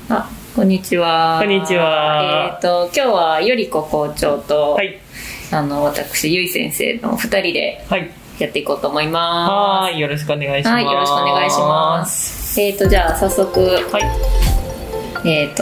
あ、こんにちは。 こんにちは。 今日はよりこ校長と、 はい、 私ゆい先生の2人でやっていこうと思います。 はい、よろしくお願いします。 はい、よろしくお願いします。じゃあ早速、はい、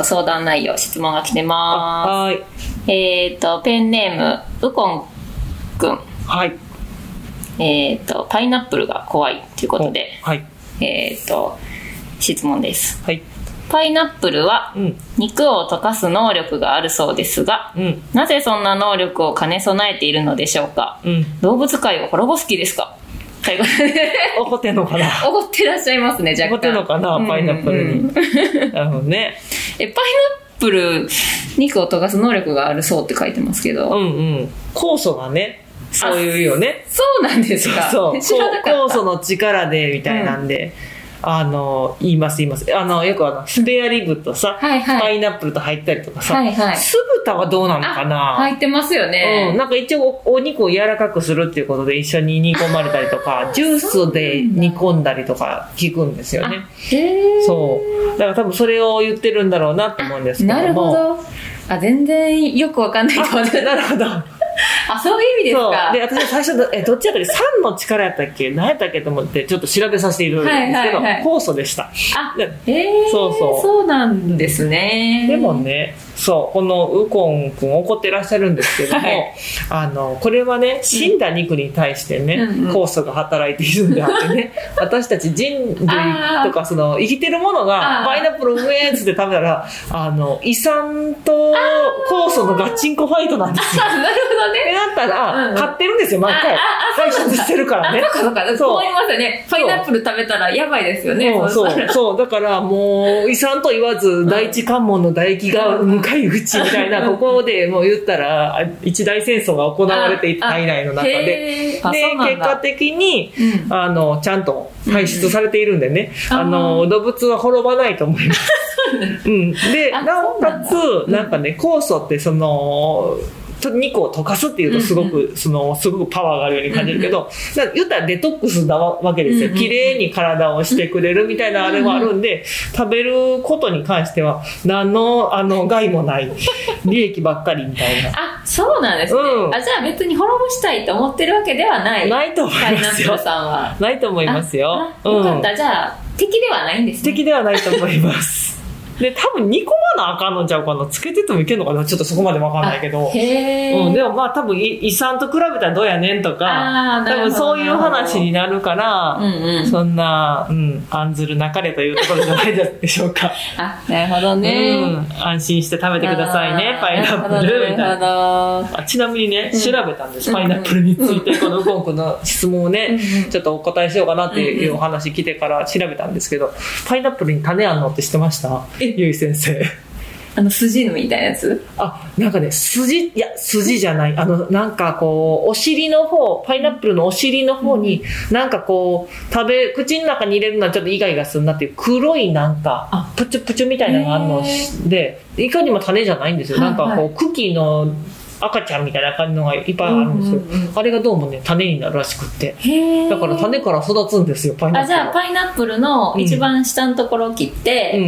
相談内容、質問が来てます。はい。ペンネームウコンくん。 はい。 パイナップルが怖いということで、 はい。 質問です。 はい。 パイナップルは肉を溶かす能力があるそうですが、なぜそんな能力を兼ね備えているのでしょうか。動物界を滅ぼす気ですか。 怒ってんのかな。 怒ってらっしゃいますね。若干怒ってんのかな、パイナップルに。なるほどね。 パイナップル肉を溶かす能力があるそうって書いてますけど、 酵素がね、そういうよね。 そうなんですか。 そう酵素の力でみたいなんで、言います。よくスペアリブとさ、パイナップルと入ったりとかさ、酢豚はどうなのかな。 入ってますよね。 なんか一応お肉を柔らかくするっていうことで一緒に煮込まれたりとか、ジュースで煮込んだりとか聞くんですよね。そう。だから多分それを言ってるんだろうなと思うんですけども。 なるほど。全然よくわかんないと思って。 なるほど。 そういう意味ですか。 で、私最初どっちやったっけ、酸の力やったっけ、何やったっけと思ってちょっと調べさせているんですけど、酵素でした。 そうなんですね。 でもね、このウコンくん怒ってらっしゃるんですけども、これはね、死んだ肉に対してね、酵素が働いているんであってね、私たち人類とか生きてるものがパイナップルうめーっつって食べたら、胃酸と酵素のガッチンコファイトなんですよ。 なるほどね。 ってなったら、勝ってるんですよ、毎回。排出してるからね。 そうか。そう思いますよね。パイナップル食べたらやばいですよね。 そう。だからもう、胃酸と言わず、第一関門の唾液が向かい口みたいな、ここでもう言ったら、一大戦争が行われていた体内の中で。で、結果的に、ちゃんと排出されているんでね、動物は滅ばないと思います。で、なおかつ、なんかね、酵素って肉を溶かすっていうとすごくパワーがあるように感じるけど、言ったらデトックスなわけですよ。綺麗に体をしてくれるみたいなあれはあるんで、食べることに関しては何の害もない利益ばっかりみたいな。 そうなんですね。じゃあ別に滅ぼしたいと思ってるわけではない。 ないと思いますよ。 パイナップルさんはないと思いますよ。 よかった。じゃあ敵ではないんですね。 敵ではないと思います。で、多分煮込まなあかんのちゃうかな、つけててもいけんのかな、ちょっとそこまでわかんないけど、でもまあ多分胃酸と比べたらどうやねんとか、多分そういう話になるから、そんな案ずるなかれというところじゃないでしょうか。 なるほどね。 安心して食べてくださいね、パイナップルみたいな。ちなみにね、調べたんです、パイナップルについて。このウコンくんの質問をね、ちょっとお答えしようかなっていうお話来てから調べたんですけど、パイナップルに種あんのって知ってました？ゆい先生。 筋みたいなやつ？ なんかね、筋じゃない。なんかこう、お尻の方、パイナップルのお尻の方に、なんかこう、口の中に入れるのはちょっとイガイガするなっていう黒いなんか、プチュプチュみたいなのがあるので、いかにも種じゃないんですよ。なんかこう、茎の赤ちゃんみたいな感じのがいっぱいあるんですよ。あれがどうもね、種になるらしくって。だから種から育つんですよ、パイナップル。 じゃあパイナップルの一番下のところを切って、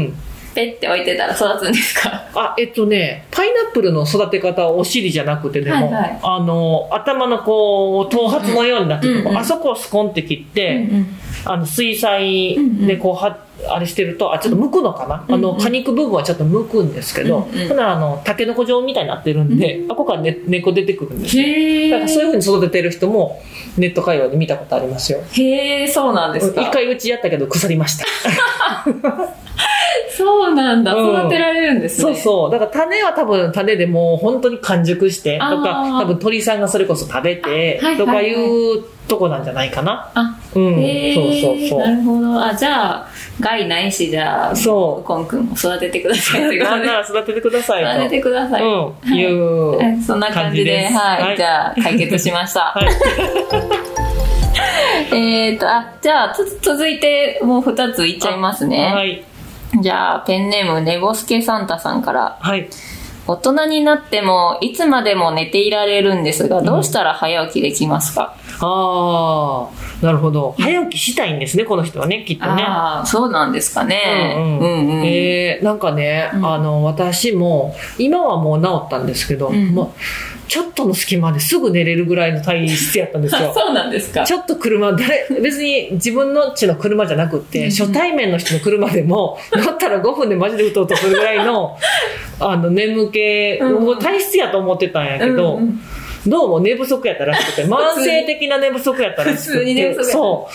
ペッて置いてたら育つんですか？ パイナップルの育て方はお尻じゃなくてでも、頭のこう頭髪のようになってるとこ、あそこをスコンって切って、水彩でこうあれしてると、ちょっと剥くのかな、果肉部分はちょっと剥くんですけど、タケノコ状みたいになってるんで、ここから根っこ出てくるんですよ。だからそういう風に育ててる人もネット界隈で見たことありますよ。 そうなんですか。 一回うちやったけど腐りました。 そうなんだ、育てられるんですね。 そう。だから種は多分種でもう本当に完熟してとか、多分鳥さんがそれこそ食べてとかいうとこなんじゃないかな。そう。 なるほど。じゃあ害ないし、じゃあウコンくんも育ててください。 なんなら育ててくださいと。 育ててください。そんな感じで、じゃあ解決しました。じゃあ続いてもう2ついっちゃいますね。じゃあペンネームネゴスケサンタさんから、大人になってもいつまでも寝ていられるんですが、どうしたら早起きできますか？ ああ、なるほど。早起きしたいんですね、この人はね、きっとね。 ああ、そうなんですかね。 なんかね、私も、今はもう治ったんですけど、ちょっとの隙間ですぐ寝れるぐらいの体質やったんですよ。 そうなんですか。 ちょっと別に自分の家の車じゃなくって、初対面の人の車でも、乗ったら5分でマジでうとうとするぐらいの、眠気、体質やと思ってたんやけど、どうも寝不足やったらしくて、慢性的な寝不足やったらしくて、 普通に寝不足やった。 そう。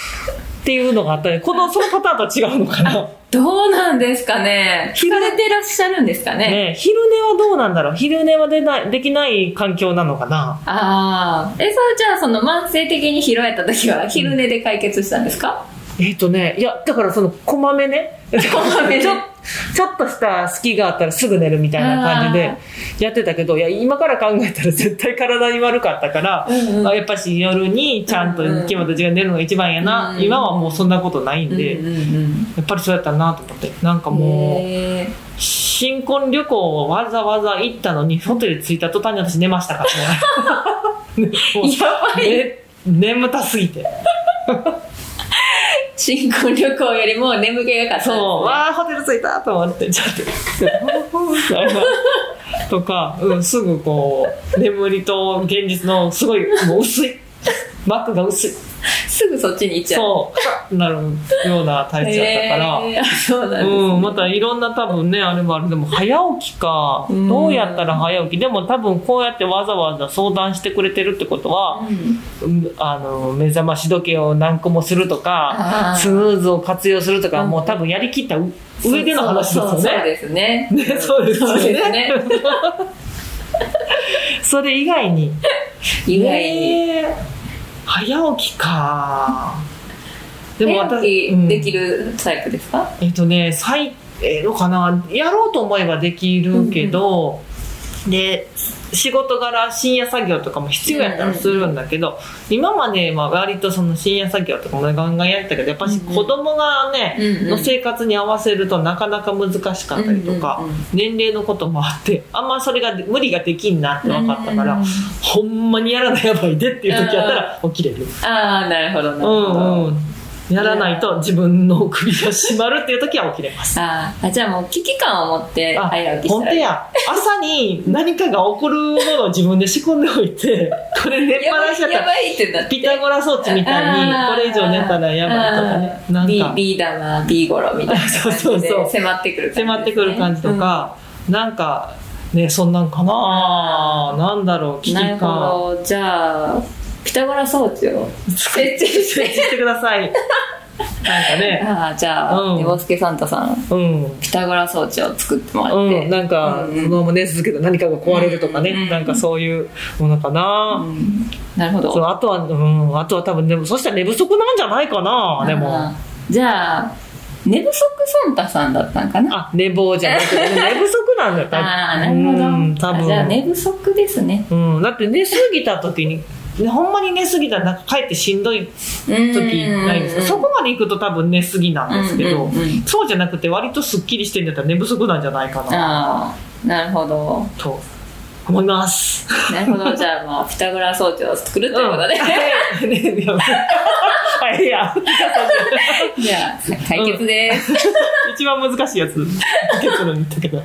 っていうのがあったね。そのパターンとは違うのかな。 どうなんですかね。疲れてらっしゃるんですかね。 昼寝はどうなんだろう。昼寝はできない環境なのかな。 ああ。じゃあ慢性的に疲労やった時は昼寝で解決したんですか？ いや、だからこまめね。ちょっとした隙があったらすぐ寝るみたいな感じでやってたけど、いや、今から考えたら絶対体に悪かったから、やっぱし夜にちゃんと決まった時間に寝るのが一番やな。今はもうそんなことないんで、やっぱりそうやったなと思って。なんかもう、新婚旅行をわざわざ行ったのに、ホテル着いた途端に私寝ましたからね。 やばい。 眠たすぎて。 新婚旅行よりも眠気がかったんですね。 そう、わあホテル着いたと思ってちょっととか、すぐ眠りと現実のすごいもう薄い膜が薄い、 すぐそっちに行っちゃう。 そうなるような体質だったから、 そうなんですね。 またいろんな多分ねあれもある。でも早起きか、どうやったら早起き。でも多分こうやってわざわざ相談してくれてるってことは、目覚まし時計を何個もするとかスヌーズを活用するとか、もう多分やりきった上での話ですよね。 そうですね。 そうですよね。それ以外に早起きか。 でも早起きできるタイプですか？ のかな、やろうと思えばできるけど、で仕事柄深夜作業とかも必要やったらするんだけど、今までは割とその深夜作業とかもガンガンやったけど、やっぱり子供がね、の生活に合わせるとなかなか難しかったりとか、年齢のこともあってあんまそれが無理ができんなって分かったから、ほんまにやらないやばいでっていう時やったら起きれる。 ああ、なるほどなるほど。 やらないと自分の首が締まるっていう時は起きれます。 じゃあもう危機感を持って早起きしたら。 本当や。朝に何かが起こるものを自分で仕込んでおいて、これ寝っぱなしだったらやばいってなって、 ピタゴラ装置みたいにこれ以上寝たらやばいとかね。なんか B 玉 B ゴロみたいな感じで迫ってくる感じですね。 迫ってくる感じとか、なんかね、そんなんかな。なんだろう、危機感。 なるほど。じゃあピタゴラ装置を設置してください。なんかね。 じゃあ寝ぼすけサンタさん、ピタゴラ装置を作ってもらって、 なんかそのまま寝続けた何かが壊れるとかね、なんかそういうものかな。 なるほど。 あとは多分でもそしたら寝不足なんじゃないかな。でもじゃあ寝不足サンタさんだったんかな。 寝坊じゃなくて寝不足なんだよ。 なるほど。多分じゃあ寝不足ですね。 だって寝すぎた時にほんまに寝すぎたらなんか帰ってしんどい時ないですか？そこまで行くと多分寝すぎなんですけど、そうじゃなくて割とすっきりしてんだったら寝不足なんじゃないかな。 なるほどと思います。 なるほど。じゃあピタゴラ装置を作るということで、 いやじゃあ解決です。 一番難しいやつ結論言ったけど。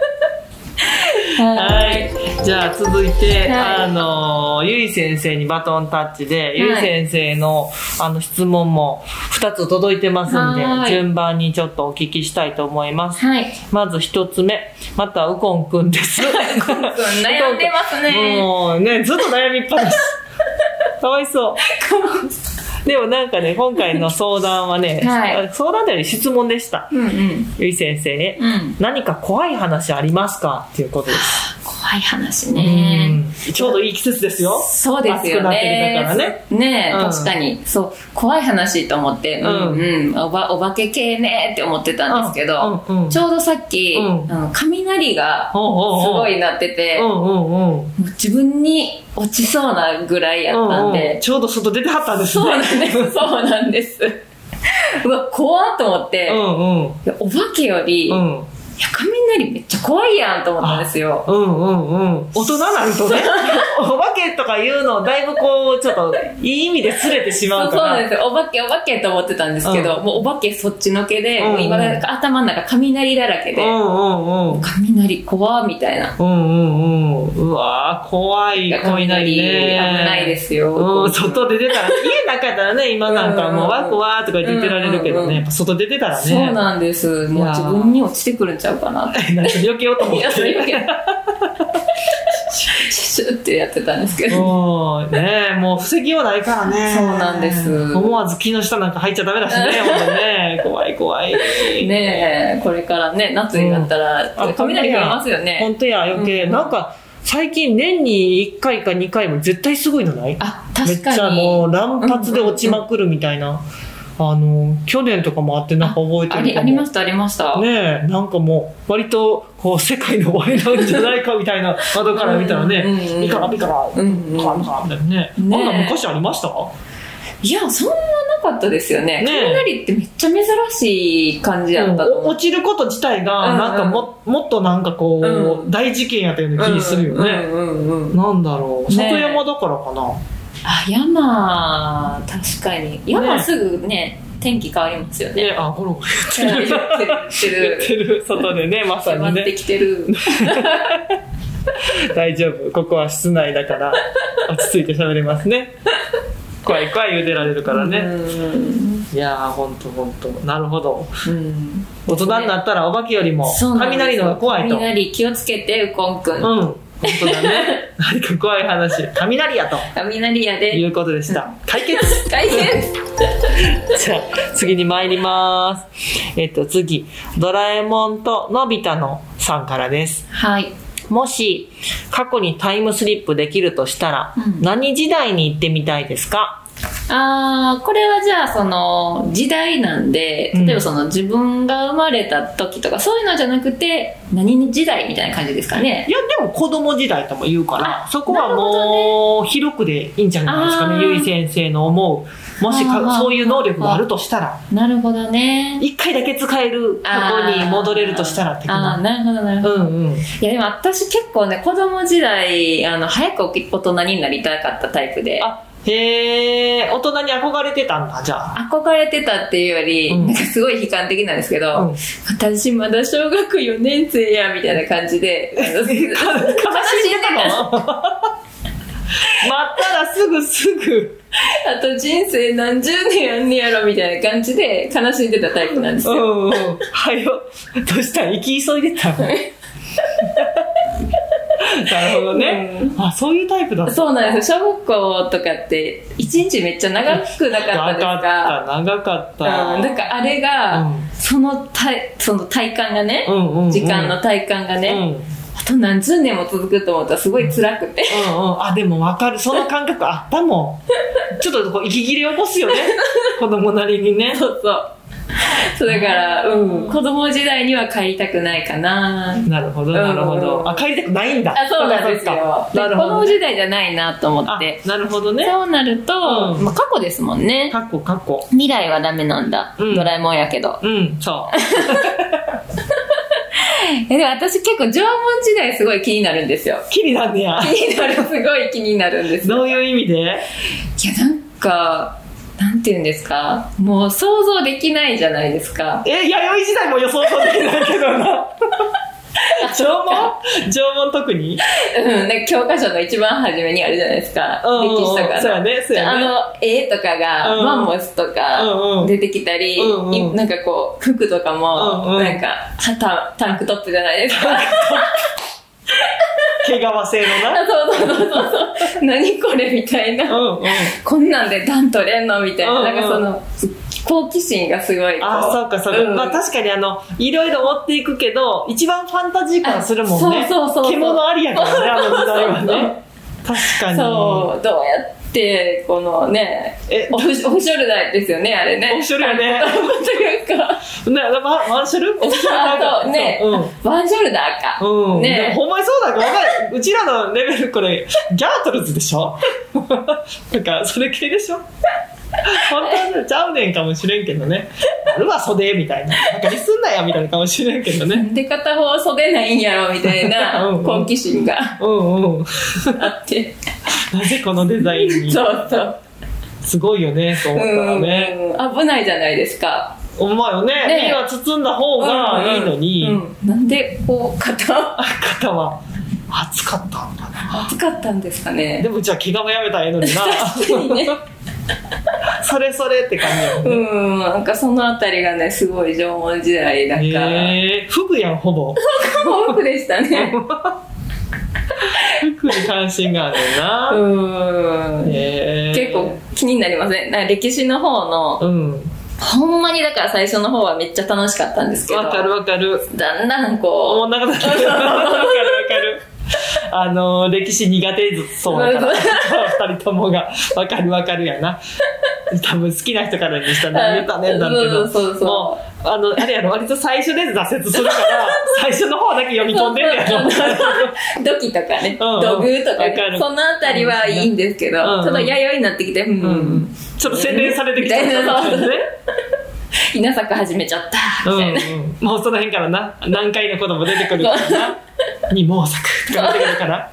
はい。 じゃあ続いて、ゆい先生にバトンタッチで、ゆい先生の質問も2つ届いてますんで、順番にちょっとお聞きしたいと思います。まず1つ目、またウコンくんです。 ウコンくん悩んでますね。 もうね、ずっと悩みっぱなし。かわいそう。でもなんかね、今回の相談はね、相談でより質問でした。ゆい先生へ、何か怖い話ありますかっていうことです。 怖い話ね。 ちょうどいい季節ですよ。 そうですよね。確かに。そう、怖い話と思って、お化け系ねって思ってたんですけど、ちょうどさっき、雷がすごい鳴ってて、自分に落ちそうなぐらいやったんで、 ちょうど外出てはったんですね。 そうなんです。うわ、怖っと思って、お化けより、雷雷めっちゃ怖いやんと思ったんですよ。 大人になるとね、お化けとか言うのだいぶこうちょっといい意味で擦れてしまうから。 そうなんですよ。お化けと思ってたんですけど、もうお化けそっちのけで、もう今頭の中雷だらけで、雷怖みたいな。 うわー怖い雷ね。 危ないですよ。 外出てたら、家なかったらね、今なんかもうワクワーとか言ってられるけどね、やっぱ外出てたらね。 そうなんです。もう自分に落ちてくるんちゃうかなって。 避けようと思って。 シュッてやってたんですけど。 ねもう防ぎようないからね。 そうなんです。 思わず木の下なんか入っちゃダメだしね、ほんとね。怖い。 ねこれからね、夏になったら、雷が来ますよね。 ほんとや、余計。なんか、最近年に1回か2回も絶対すごいのない？ あ、確かに。 めっちゃもう乱発で落ちまくるみたいな。去年とかもあってなんか覚えてるかも。 ありました。 ねえ、なんかもう、割と、こう、世界の終わりなんじゃないかみたいな、窓から見たらね、ビカラ、みたいなね。あんな昔ありました？ いや、そんななかったですよね。雷ってめっちゃ珍しい感じやったと思う。 落ちること自体が、なんかもっとなんかこう、大事件やったような気にするよね。なんだろう。里山だからかな。 山、確かに。山すぐね、天気変わりますよね。 ゴロゴロ言ってる。外でね、まさにね。 迫ってきてる。 大丈夫。ここは室内だから、落ち着いて喋れますね。怖い言うてられるからね。いやー、ほんと。なるほど。大人になったらお化けよりも、雷の方が怖いと。 雷気をつけて、ウコンくん。 本当だね。何か怖い話。雷やと。 雷やで。 いうことでした。解決じゃあ、次に参ります。次。ドラえもんとのび太のさんからです。 はい。 もし、過去にタイムスリップできるとしたら、何時代に行ってみたいですか？ これはじゃあその時代なんで、例えばその自分が生まれた時とかそういうのじゃなくて何時代みたいな感じですかね。 いやでも子供時代とも言うからそこはもう広くでいいんじゃないですかね。ゆい先生の思うもしそういう能力があるとしたらなるほどね。 一回だけ使える過去に戻れるとしたら的な。 なるほど、いやでも私結構ね子供時代早く大人になりたかったタイプで。 へえ、大人に憧れてたんだ、じゃあ。 憧れてたっていうより、なんかすごい悲観的なんですけど、私まだ小学4年生や、みたいな感じで、悲しんでた。 待ったらすぐ。 あと人生何十年やんねやろ、みたいな感じで悲しんでたタイプなんですよ。 どうしたん？生き急いでたの？なるほどね、そういうタイプだった。 そうなんですよ。小学校とかって一日めっちゃ長くなかったですか？ 長かった、 だからあれが、その体感がね、時間の体感がね、あと何十年も続くと思ったらすごい辛くて、 でも分かる。その感覚あったもん。ちょっとこう息切れ起こすよね。子供なりにね。 そうだから、子供時代には帰りたくないかな。 なるほど。帰りたくないんだ。 そうなんですよ。子供時代じゃないなと思って。 なるほどね。 そうなると、過去ですもんね。 過去。 未来はダメなんだ。ドラえもんやけど。 そう。 で私結構縄文時代すごい気になるんですよ。 気になるんや。 すごい気になるんですよ。 どういう意味で？ いやなんかなんていうんですか、もう想像できないじゃないですか。 弥生時代も予想できないけどな。縄文特に？ なんか教科書の一番初めにあるじゃないですか。歴史とか。 そうやね。 絵とかが、マンモスとか出てきたり、なんかこう、服とかも、なんか、タンクトップじゃないですか。 毛皮製のな。 そう。何これみたいな。こんなんで段取れんのみたいな。なんかその、好奇心がすごい。 そうか。確かにいろいろ追っていくけど、一番ファンタジー感するもんね。そう。獣ありやからね、時代はね。確かに。 そう、どうやってこのね、オフショルダーですよね、あれね。 オフショルダーね。ワンショル？ ワンショルダーか。 ね。ほんまにそうだか分かる。うちらのレベルこれギャートルズでしょ？なんかそれ系でしょ？ 本当はちゃうねんかもしれんけどね。あるわ袖みたいな。バカにすんなやみたいなかもしれんけどね。 で片方袖ないんやろみたいな好奇心があって。 なぜこのデザインに。 そうそう。 すごいよね、そう思ったらね。 危ないじゃないですか。 ほんまよね。身は包んだ方がいいのに。 なんでこう肩は暑かったんかな。 暑かったんですかね。 でもじゃあ怪我もやめたらええのにな。 確かにね。 それって感じやもんね。 なんかそのあたりがね、すごい縄文時代なんか。 服やん、ほぼ。 服でしたね。 服に関心があるな。 結構気になりません？歴史の方の、ほんまにだから最初の方はめっちゃ楽しかったんですけど。 わかる。 だんだんこう。 もうなんかわかる。歴史苦手そうだから2人ともがわかるやな。多分好きな人からにしたら何言ったねんだってのもうあれやろ、割と最初で挫折するから最初の方だけ読み込んでんだよ。 土器とかね、土偶とかね、そのあたりはいいんですけど、ちょっと弥生になってきて、ちょっと洗練されてきたみたいなね。 稲作始めちゃったみたいな、 もうその辺からな、難解なことも出てくるからな。二毛作とか出てくるから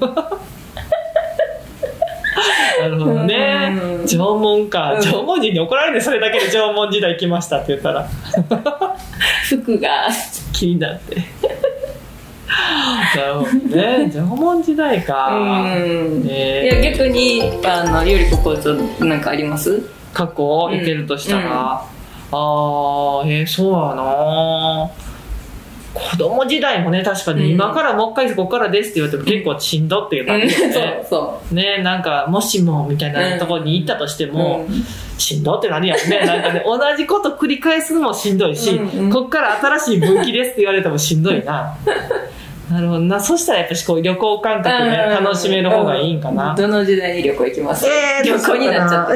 なるほどね。縄文か。縄文人に怒られるね、それだけで縄文時代来ましたって言ったら服が気になってなるほどね。縄文時代か。 いや逆にゆりこ校長なんかあります？ 過去いけるとしたら、そうやな。子供時代もね、確かに今からもう一回ここからですって言われても結構しんどっていう感じでね。ね、なんかもしもみたいなところに行ったとしても、しんどってなるやんね。なんかね、同じこと繰り返すのもしんどいし、こっから新しい分岐ですって言われてもしんどいな。なるほどな。そしたらやっぱしこう旅行感覚で楽しめる方がいいんかな。 どの時代に旅行行きます？旅行になっちゃった。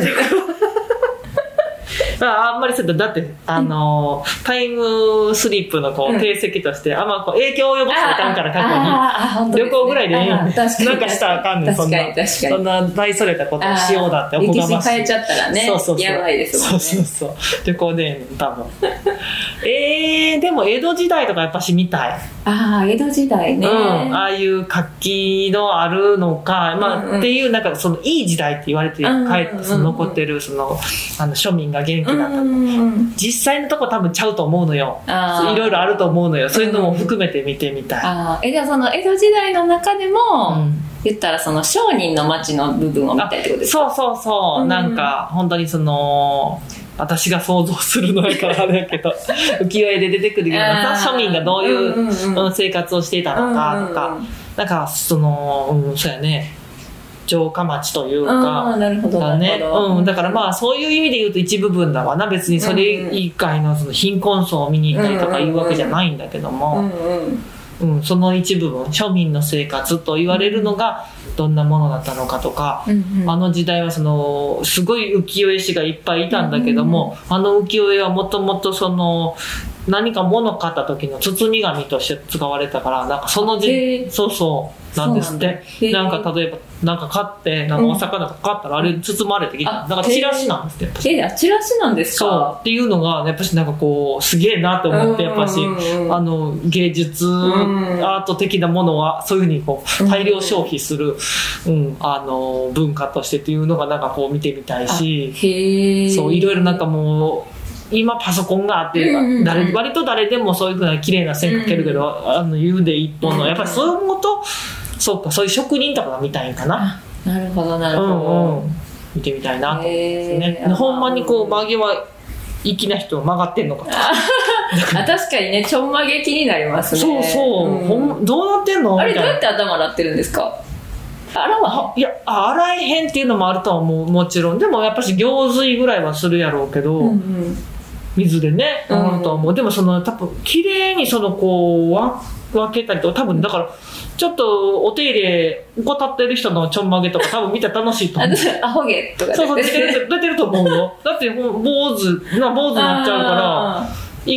あんまりするとだってタイムスリップのこう定石としてあんまこう影響を及ぼしたらあかんから過去に旅行ぐらいでいいよね。なんかしたらあかんねん。そんな大それたことをしようだっておこがましい。 歴史変えちゃったらね、やばいですもんね。 そう旅行で多分でも江戸時代とかやっぱし見たい。 江戸時代ね。 ああいう活気のあるのか、っていうなんかそのいい時代って言われて残ってるその庶民が元気だったと、実際のとこ多分ちゃうと思うのよ。いろいろあると思うのよ。そういうのも含めて見てみたい。 じゃあその江戸時代の中でも、言ったらその商人の町の部分を見たいってことですか？ そう、なんか本当にその私が想像するのやからあれやけど浮世絵で出てくるような庶民がどういう生活をしていたのかとか、なんかそのそうやね、城下町というかだね。だからまあそういう意味で言うと一部分だわな。別にそれ以外のその貧困層を見に行ったりとかいうわけじゃないんだけども、その一部分、庶民の生活と言われるのがどんなものだったのかとか、あの時代はそのすごい浮世絵師がいっぱいいたんだけども、あの浮世絵はもともとその何か物を買った時の包み紙として使われたから、なんかそのそうなんですって。なんか例えばなんか買ってなんかお魚とか買ったらあれ包まれてきた。だからチラシなんですって。 チラシなんですか？ そうっていうのがやっぱしなんかこうすげえなと思って、やっぱし芸術アート的なものはそういうふうにこう大量消費する文化としてっていうのがなんかこう見てみたいし、そういろいろなんかもう今パソコンがあって割と誰でもそういうふうな綺麗な線描けるけど、湯で一本のやっぱりそういうことそうか、そういう職人とかが見たいんかな。 なるほど、 見てみたいなと思ってね。ほんまにこう曲げは粋な人曲がってんのかと確かにね、ちょんまげ気になりますね。 どうなってんの？ あれどうやって頭洗ってるんですか？ 洗えへんっていうのもあるとは思う。もちろんでもやっぱし行水ぐらいはするやろうけど、水でねと思う。でもその多分綺麗にそのこう分けたりとか、多分だからちょっとお手入れ怠ってる人のちょんまげとか多分見たら楽しいと思う。 アホ毛とか出てると思うよ。だって坊主になっちゃうから一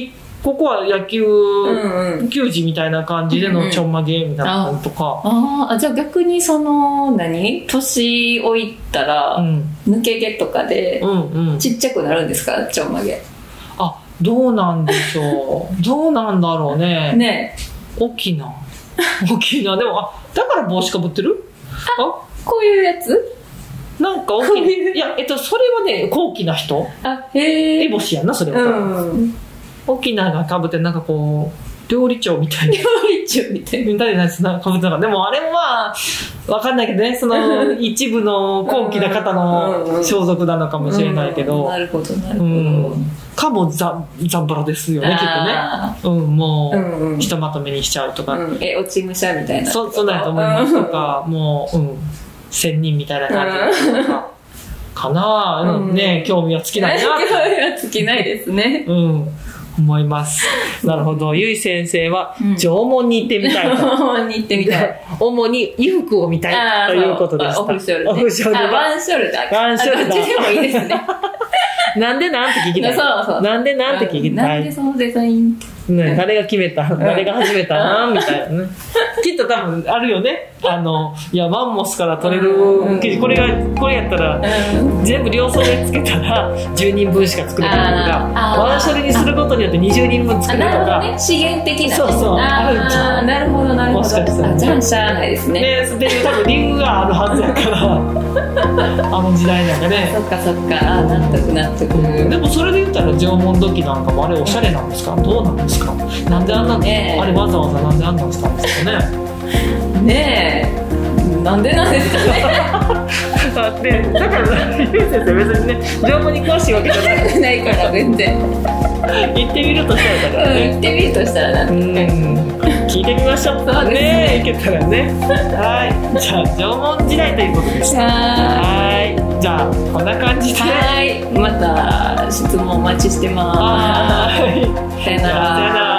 ここは野球、球児みたいな感じでのちょんまげみたいなのとか。 じゃあ逆に年老いたら、抜け毛とかで、ちっちゃくなるんですか、ちょんまげ。 どうなんでしょう。どうなんだろうね。 ね。 大きな。でも、だから帽子かぶってる？ こういうやつ？ なんか大きい。いや、それはね、高貴な人。烏帽子やんな、それは。大きながかぶって、なんかこう、料理長みたいな。 料理長みたいな。 みたいなやつかぶってたから。でもあれもまあ、わかんないけどね、一部の高貴な方の装束なのかもしれないけど。 なるほど、なるほど。 かもザンバラですよね、きっとね。もう、ひとまとめにしちゃうとか。 落ち武者みたいな。 そうだと思いますとか、もう、仙人みたいな感じとか。かなね、興味は尽きないな。 興味は尽きないですね。 思います。なるほど。ゆい先生は縄文に行ってみたいと。 縄文に行ってみたい。 主に衣服を見たいということでした。 オフショルダー。ワンショルダー。 ワンショルダー。 どっちでもいいですね。 なんでなんて聞きたい。 そう。 なんでなんて聞きたい。 なんでそのデザインね、誰が決めた誰が始めたなみたいなね。きっと多分あるよね。いや、マンモスから取れる生地、これやったら、全部両袖つけたら10人分しか作れないとか、ワンショルにすることによって20人分作れるとか。 資源的な。 そう、あるんじゃん。 なるほど、なるほど。 もしかしたら。 じゃあ、しゃあないですね。 で、多分理由があるはずやから、時代なんかね。 そっか。納得。 でもそれで言ったら縄文土器なんかもあれおしゃれなんですか？どうなんですか？なんであんな、あれわざわざなんであんなんしたんですかね。 ねえ、なんでなんですかね。 だからゆい先生別にね、縄文に詳しいわけじゃないから全然。 行ってみるとしたらだからね。 行ってみるとしたらなん聞いてみましょう。 そうですね。行けたらね。はい。じゃあ縄文時代ということでした。はい。じゃあこんな感じで。 はい。また質問お待ちしてます。さよなら。